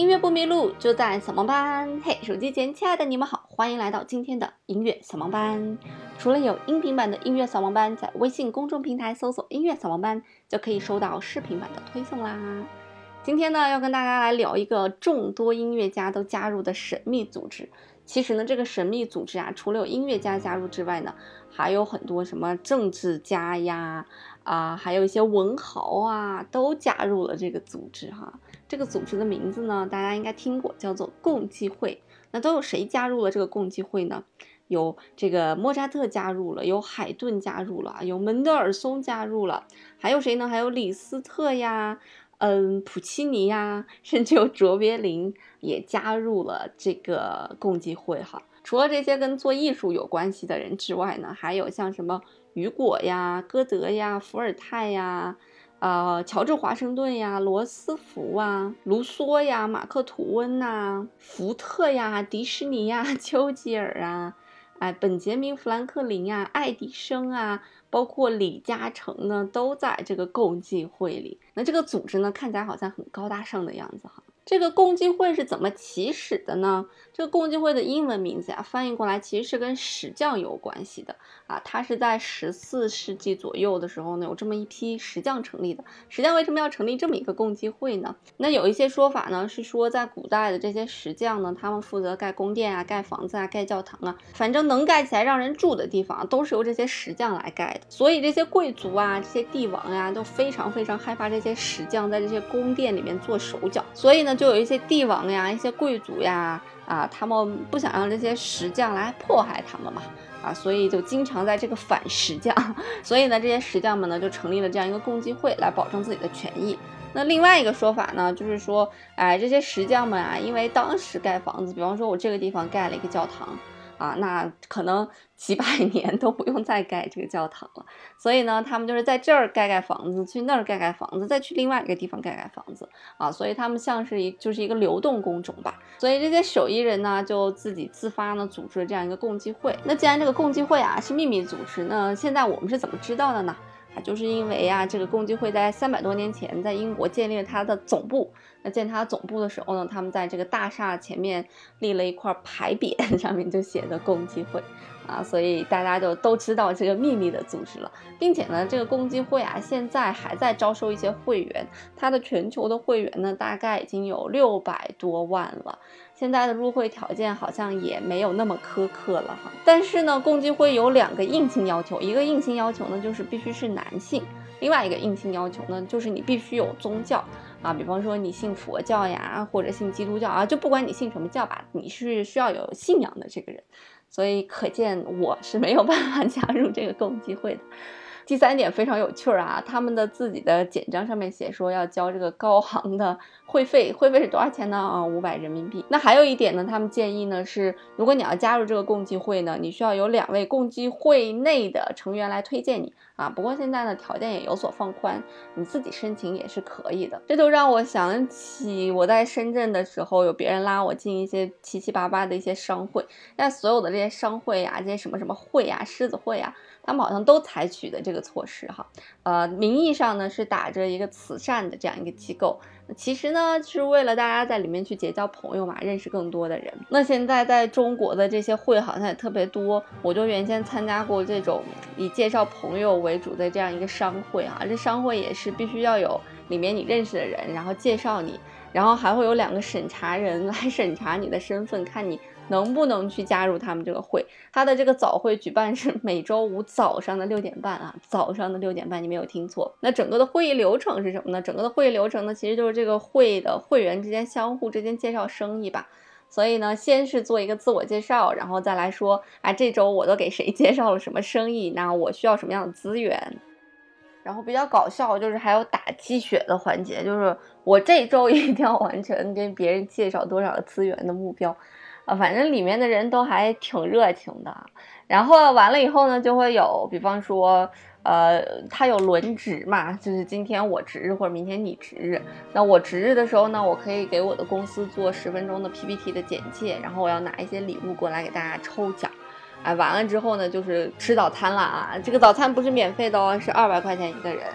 音乐不迷路，就在小盲班。嘿，手机前亲爱的你们好，欢迎来到今天的音乐小盲班。除了有音频版的音乐小盲班，在微信公众平台搜索音乐小盲班，就可以收到视频版的推送啦。今天呢，要跟大家来聊一个众多音乐家都加入的神秘组织。其实呢，这个神秘组织啊，除了有音乐家加入之外呢，还有很多什么政治家呀，还有一些文豪啊，都加入了这个组织哈。这个组织的名字呢，大家应该听过，叫做共济会。那都有谁加入了这个共济会呢？有这个莫扎特加入了，有海顿加入了，有门德尔松加入了，还有谁呢？还有李斯特呀，普契尼呀，甚至有卓别林也加入了这个共济会哈。除了这些跟做艺术有关系的人之外呢，还有像什么雨果呀、歌德呀、伏尔泰呀、乔治华盛顿呀、罗斯福啊、卢梭呀、马克吐温呐、福特呀、迪士尼呀、丘吉尔啊、本杰明·富兰克林啊、爱迪生啊，包括李嘉诚呢，都在这个共济会里。那这个组织呢，看起来好像很高大上的样子哈。这个共济会是怎么起始的呢？这个共济会的英文名字翻译过来其实是跟石匠有关系的它是在14世纪左右的时候呢，有这么一批石匠成立的。石匠为什么要成立这么一个共济会呢？那有一些说法呢，是说在古代的这些石匠呢，他们负责盖宫殿啊、盖房子啊、盖教堂啊，反正能盖起来让人住的地方都是由这些石匠来盖的。所以这些贵族啊、这些帝王呀，都非常非常害怕这些石匠在这些宫殿里面做手脚，所以呢，就有一些帝王呀、一些贵族呀他们不想让这些石匠来迫害他们嘛所以就经常在这个反石匠，所以呢，这些石匠们呢就成立了这样一个共济会来保证自己的权益。那另外一个说法呢，就是说，这些石匠们因为当时盖房子，比方说我这个地方盖了一个教堂那可能几百年都不用再盖这个教堂了，所以呢，他们就是在这儿盖房子，去那儿盖房子，再去另外一个地方盖房子所以他们像是就是一个流动工种吧。所以这些手艺人呢，就自己自发呢组织了这样一个共济会。那既然这个共济会是秘密组织，那现在我们是怎么知道的呢？就是因为这个共济会在300多年前在英国建立了它的总部。那建它总部的时候呢，他们在这个大厦前面立了一块牌匾，上面就写的共济会所以大家就都知道这个秘密的组织了。并且呢，这个共济会现在还在招收一些会员，它的全球的会员呢大概已经有600多万了。现在的入会条件好像也没有那么苛刻了哈。但是呢，共济会有2个硬性要求，一个硬性要求呢就是必须是男性，另外一个硬性要求呢就是你必须有宗教比方说你信佛教呀，或者信基督教就不管你信什么教吧，你是需要有信仰的这个人。所以可见我是没有办法加入这个共济会的。第3点非常有趣他们的自己的简章上面写说要交这个高昂的会费，会费是多少钱呢？500人民币。那还有一点呢，他们建议呢是，如果你要加入这个共济会呢，你需要有2位共济会内的成员来推荐你不过现在呢条件也有所放宽，你自己申请也是可以的。这就让我想起我在深圳的时候，有别人拉我进一些七七八八的一些商会，但所有的这些商会这些什么什么会狮子会他们好像都采取的这个措施名义上呢是打着一个慈善的这样一个机构，其实呢是为了大家在里面去结交朋友认识更多的人。那现在在中国的这些会好像也特别多，我就原先参加过这种以介绍朋友为主的这样一个商会这商会也是必须要有里面你认识的人，然后介绍你，然后还会有2个审查人来审查你的身份，看你能不能去加入他们这个会。他的这个早会举办是每周5早上的6点半早上的6点半，你没有听错。那整个的会议流程是什么呢？整个的会议流程呢，其实就是这个会的会员之间相互之间介绍生意吧。所以呢，先是做一个自我介绍，然后再来说这周我都给谁介绍了什么生意，那我需要什么样的资源。然后比较搞笑就是还有打鸡血的环节，就是我这周一定要完成跟别人介绍多少个资源的目标反正里面的人都还挺热情的。然后完了以后呢，就会有比方说他有轮值嘛，就是今天我值日或者明天你值日。那我值日的时候呢，我可以给我的公司做10分钟的 PPT 的简介，然后我要拿一些礼物过来给大家抽奖完了之后呢，就是吃早餐了这个早餐不是免费的是200块钱一个人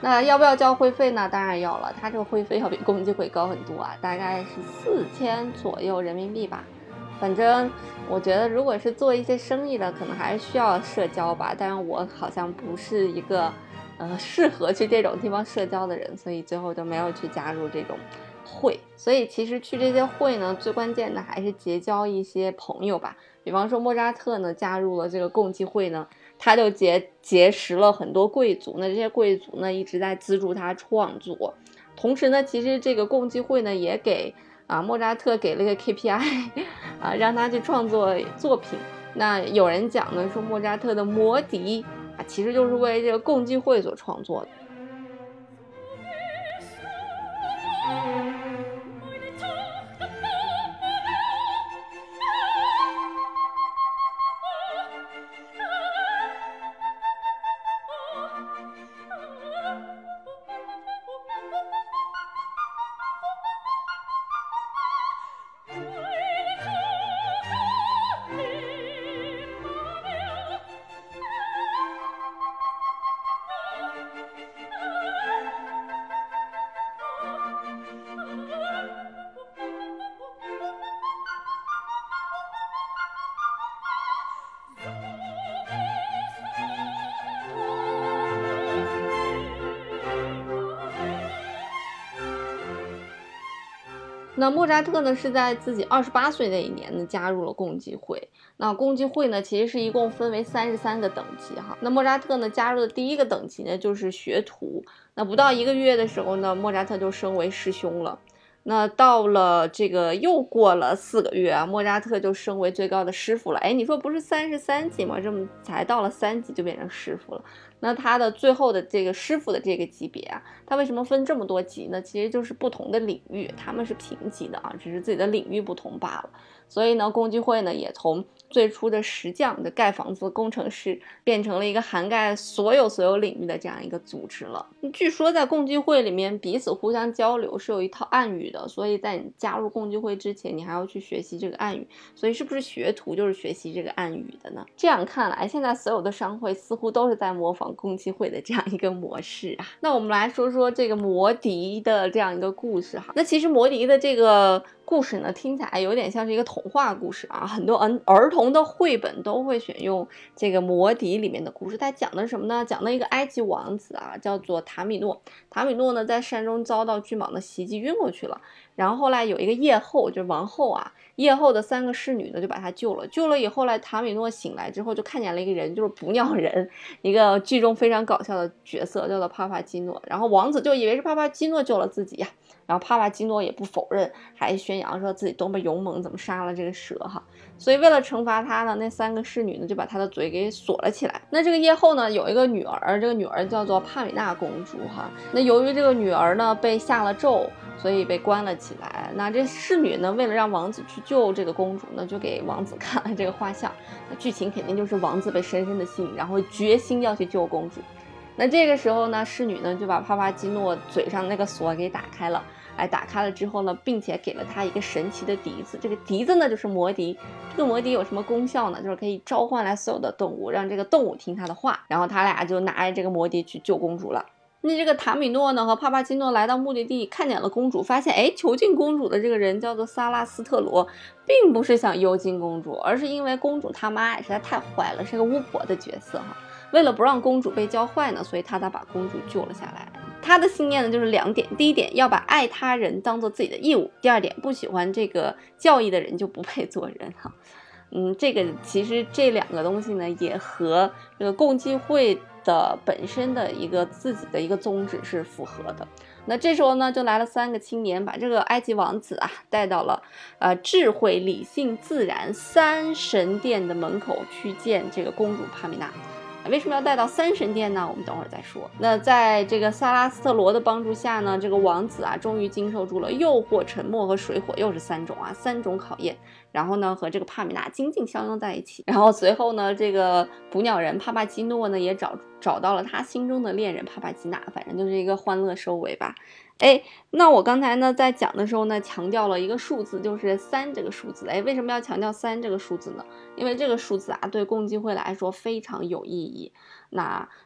那要不要交会费呢？当然要了，它这个会费要比共济会高很多啊，大概是4000左右人民币吧。反正我觉得如果是做一些生意的，可能还是需要社交吧，但是我好像不是一个适合去这种地方社交的人，所以最后就没有去加入这种会。所以其实去这些会呢，最关键的还是结交一些朋友吧。比方说莫扎特呢加入了这个共济会呢，他就结识了很多贵族，那这些贵族呢一直在资助他创作。同时呢，其实这个共济会呢也给莫扎特给了个 KPI 让他去创作作品。那有人讲呢说莫扎特的魔笛其实就是为这个共济会所创作的。那莫扎特呢是在自己28岁那一年呢加入了共济会。那共济会呢其实是一共分为33个等级哈。那莫扎特呢加入的第一个等级呢就是学徒。那不到1个月的时候呢，莫扎特就升为师兄了。那到了这个又过了4个月莫扎特就升为最高的师傅了。哎，你说不是33级吗？这么才到了3级就变成师傅了。那他的最后的这个师傅的这个级别他为什么分这么多级呢？其实就是不同的领域，他们是平级的只是自己的领域不同罢了。所以呢，共济会呢也从最初的石匠的盖房子的工程师，变成了一个涵盖所有领域的这样一个组织了。据说在共济会里面彼此互相交流是有一套暗语的，所以在你加入共济会之前，你还要去学习这个暗语。所以是不是学徒就是学习这个暗语的呢？这样看来，现在所有的商会似乎都是在模仿共济会的这样一个模式那我们来说说这个魔笛的这样一个故事那其实魔笛的这个故事呢，听起来有点像是一个童话故事很多儿童的绘本都会选用这个魔笛里面的故事。它讲的什么呢？讲的一个埃及王子叫做塔米诺。塔米诺呢在山中遭到巨蟒的袭击晕过去了，然后后来有一个夜后，就是王后夜后的3个侍女呢就把他救了以后塔米诺醒来之后就看见了一个人，就是捕鸟人，一个剧中非常搞笑的角色叫做帕帕基诺。然后王子就以为是帕帕基诺救了自己然后帕帕基诺也不否认，还宣扬说自己多么勇猛，怎么杀了这个蛇所以为了惩罚他呢，那3个侍女呢就把他的嘴给锁了起来。那这个夜后呢有一个女儿，这个女儿叫做帕米娜公主那由于这个女儿呢被下了咒，所以被关了起来。那这侍女呢为了让王子去救这个公主呢，就给王子看了这个画像。那剧情肯定就是王子被深深的吸引，然后决心要去救公主。那这个时候呢，侍女呢就把帕帕基诺嘴上那个锁给打开了。打开了之后呢，并且给了他一个神奇的笛子。这个笛子呢就是魔笛。这个魔笛有什么功效呢？就是可以召唤来所有的动物，让这个动物听他的话。然后他俩就拿着这个魔笛去救公主了。那这个塔米诺呢和帕帕基诺来到目的地，看见了公主，发现囚禁公主的这个人叫做萨拉斯特罗，并不是想幽禁公主，而是因为公主他妈实在太坏了，是个巫婆的角色为了不让公主被教坏呢，所以他才把公主救了下来。他的信念呢就是2点，第一点要把爱他人当做自己的义务，第2点不喜欢这个教义的人就不配做人这个其实这2个东西呢也和这个共济会的本身的一个自己的一个宗旨是符合的。那这时候呢就来了3个青年，把这个埃及王子带到了智慧、理性、自然3神殿的门口去见这个公主帕米娜。为什么要带到3神殿呢？我们等会儿再说。那在这个萨拉斯特罗的帮助下呢，这个王子终于经受住了诱惑、沉默和水火，又是3种考验。然后呢和这个帕米娜紧紧相拥在一起。然后随后呢这个捕鸟人帕帕基诺呢也找到了他心中的恋人帕帕基娜，反正就是一个欢乐收尾吧。那我刚才呢在讲的时候呢强调了一个数字，就是3这个数字。为什么要强调3这个数字呢？因为这个数字对共济会来说非常有意义。那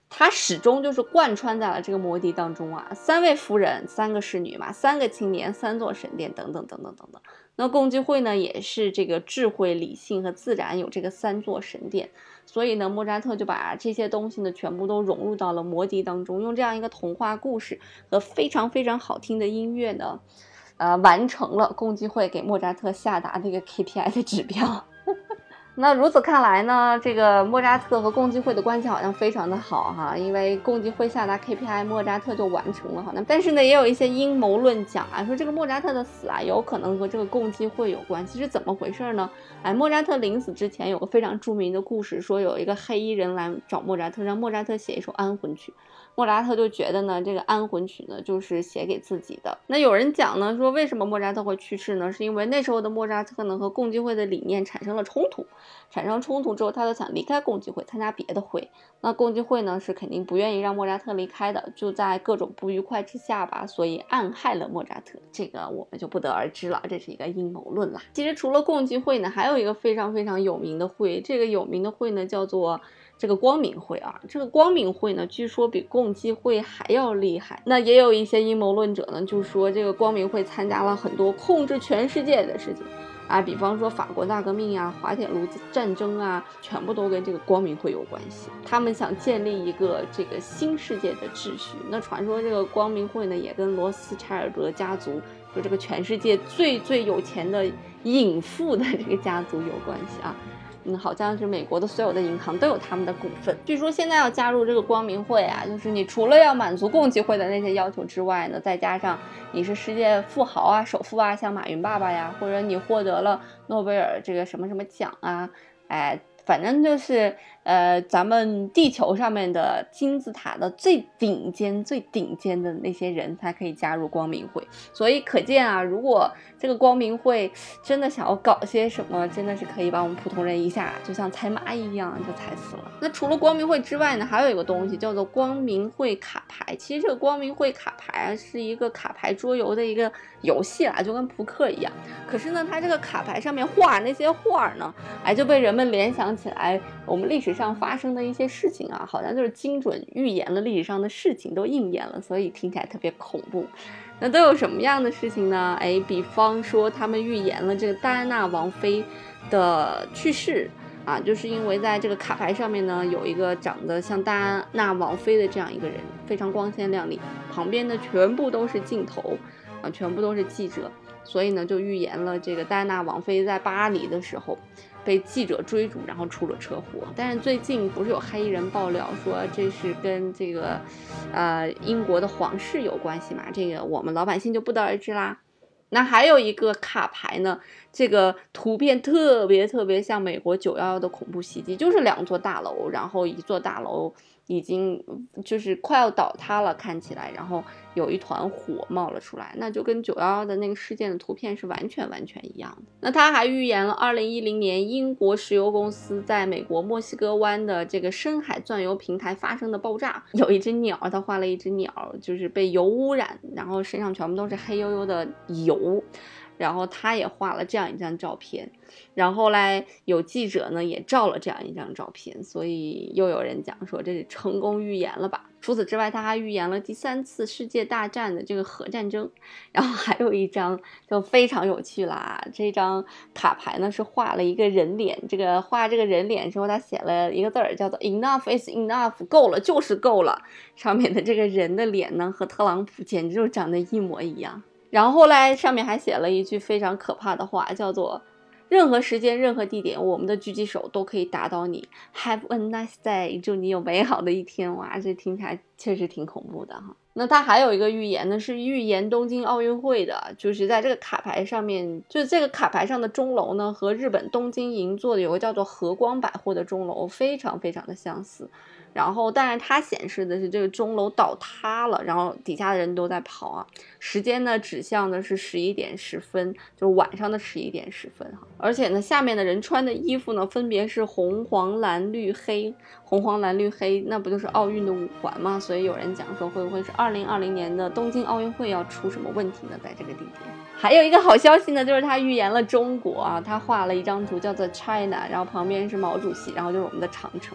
他始终就是贯穿在了这个摩笛当中啊，3位夫人，3个侍女嘛，3个青年，3座神殿等等等等等等。那共济会呢也是这个智慧、理性和自然有这个3座神殿，所以呢莫扎特就把这些东西呢全部都融入到了摩笛当中，用这样一个童话故事和非常非常好听的音乐呢完成了共济会给莫扎特下达的一个 KPI 的指标。那如此看来呢，这个莫扎特和共济会的关系好像非常的好哈，因为共济会下达 KPI， 莫扎特就完成了好像。但是呢，也有一些阴谋论讲啊，说这个莫扎特的死啊，有可能和这个共济会有关系，是怎么回事呢？莫扎特临死之前有个非常著名的故事，说有一个黑衣人来找莫扎特，让莫扎特写一首安魂曲。莫扎特就觉得呢，这个安魂曲呢就是写给自己的。那有人讲呢，说为什么莫扎特会去世呢？是因为那时候的莫扎特呢和共济会的理念产生了冲突，产生冲突之后，他就想离开共济会，参加别的会。那共济会呢是肯定不愿意让莫扎特离开的，就在各种不愉快之下吧，所以暗害了莫扎特。这个我们就不得而知了，这是一个阴谋论啦。其实除了共济会呢，还有一个非常非常有名的会，这个有名的会呢叫做这个光明会啊。这个光明会呢据说比共济会还要厉害。那也有一些阴谋论者呢就说这个光明会参加了很多控制全世界的事情啊，比方说法国大革命啊、滑铁卢战争啊，全部都跟这个光明会有关系。他们想建立一个这个新世界的秩序。那传说这个光明会呢也跟罗斯柴尔德家族，就这个全世界最有钱的隐富的这个家族有关系啊。好像是美国的所有的银行都有他们的股份。据说现在要加入这个光明会啊，就是你除了要满足共济会的那些要求之外呢，再加上你是世界富豪啊、首富啊，像马云爸爸呀，或者你获得了诺贝尔这个什么什么奖啊，反正就是咱们地球上面的金字塔的最顶尖的那些人才可以加入光明会。所以可见啊，如果这个光明会真的想要搞些什么，真的是可以把我们普通人一下就像踩蚂蚁一样就踩死了。那除了光明会之外呢，还有一个东西叫做光明会卡牌。其实这个光明会卡牌啊是一个卡牌桌游的一个游戏啦，就跟扑克一样。可是呢它这个卡牌上面画那些画呢，就被人们联想起来我们历史上发生的一些事情啊，好像就是精准预言了历史上的事情都应验了，所以听起来特别恐怖。那都有什么样的事情呢？比方说他们预言了这个戴安娜王妃的去世啊，就是因为在这个卡牌上面呢有一个长得像戴安娜王妃的这样一个人，非常光鲜亮丽，旁边呢全部都是镜头啊，全部都是记者，所以呢就预言了这个戴安娜王妃在巴黎的时候被记者追逐，然后出了车祸。但是最近不是有黑衣人爆料说这是跟这个英国的皇室有关系嘛，这个我们老百姓就不得而知啦。那还有一个卡牌呢，这个图片特别像美国911的恐怖袭击，就是2座大楼，然后一座大楼已经就是快要倒塌了看起来，然后有一团火冒了出来，那就跟911的那个事件的图片是完全一样的。那他还预言了2010年英国石油公司在美国墨西哥湾的这个深海钻油平台发生的爆炸，有一只鸟，他画了一只鸟就是被油污染，然后身上全部都是黑黝黝的油，然后他也画了这样一张照片，然后后来有记者呢也照了这样一张照片，所以又有人讲说这是成功预言了吧。除此之外他还预言了第3次世界大战的这个核战争。然后还有一张就非常有趣啦，这张卡牌呢是画了一个人脸，这个画这个人脸之后他写了一个字儿叫做 Enough is enough， 够了就是够了，上面的这个人的脸呢和特朗普简直就长得一模一样。然后后来上面还写了一句非常可怕的话，叫做任何时间任何地点我们的狙击手都可以打倒你， Have a nice day， 祝你有美好的一天。哇，这听起来确实挺恐怖的哈。那他还有一个预言呢，是预言东京奥运会的，就是在这个卡牌上面，就是这个卡牌上的钟楼呢和日本东京银座的有个叫做和光百货的钟楼非常的相似。然后但是它显示的是这个钟楼倒塌了，然后底下的人都在跑啊。时间呢指向的是11点10分，就是晚上的11点10分哈。而且呢下面的人穿的衣服呢分别是红黄蓝绿黑，红黄蓝绿黑那不就是奥运的5环吗？所以有人讲说会不会是2020年的东京奥运会要出什么问题呢？在这个地点还有一个好消息呢，就是他预言了中国啊，他画了一张图叫做 China， 然后旁边是毛主席，然后就是我们的长城。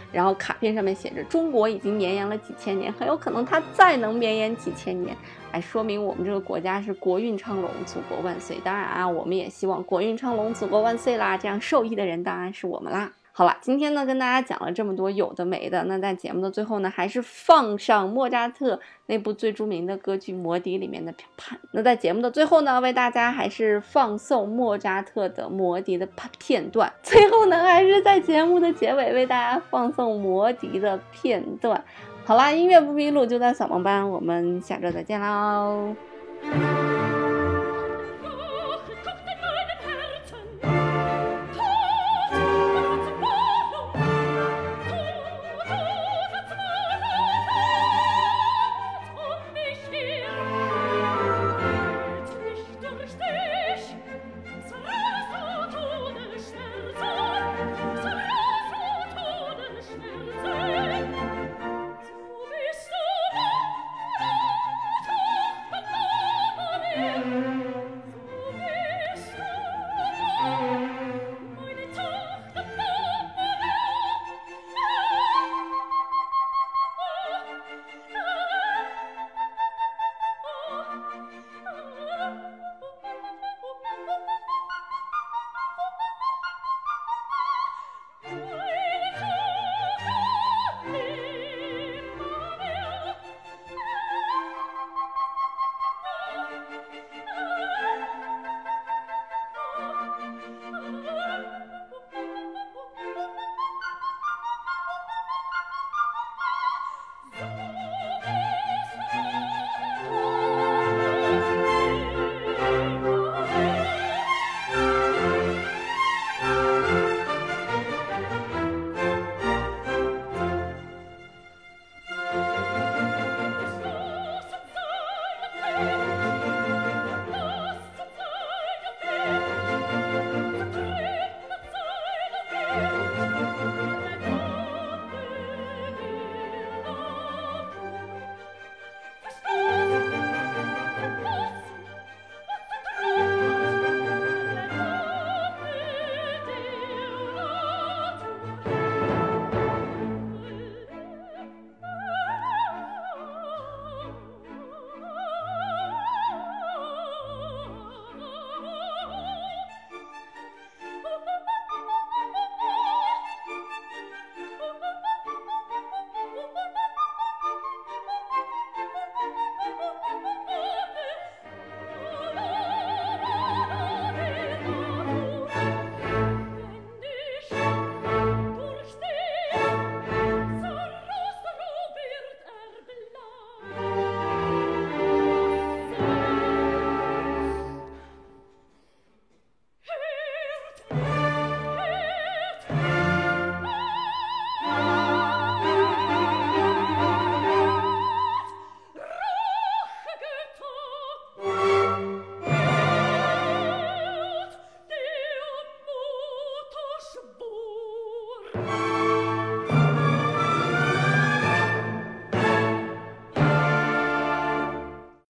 然后卡片上面写着中国已经绵延了几千年，很有可能它再能绵延几千年，来说明我们这个国家是国运昌隆，祖国万岁。当然啊，我们也希望国运昌隆，祖国万岁啦，这样受益的人当然是我们啦。好了，今天呢跟大家讲了这么多有的没的，那在节目的最后呢，还是放上莫扎特那部最著名的歌剧《魔笛》里面的片。那在节目的最后呢，为大家还是放送莫扎特的《魔笛》的片段。最后呢，还是在节目的结尾为大家放送《魔笛》的片段。好啦，音乐不迷路就在扫盲班，我们下周再见喽。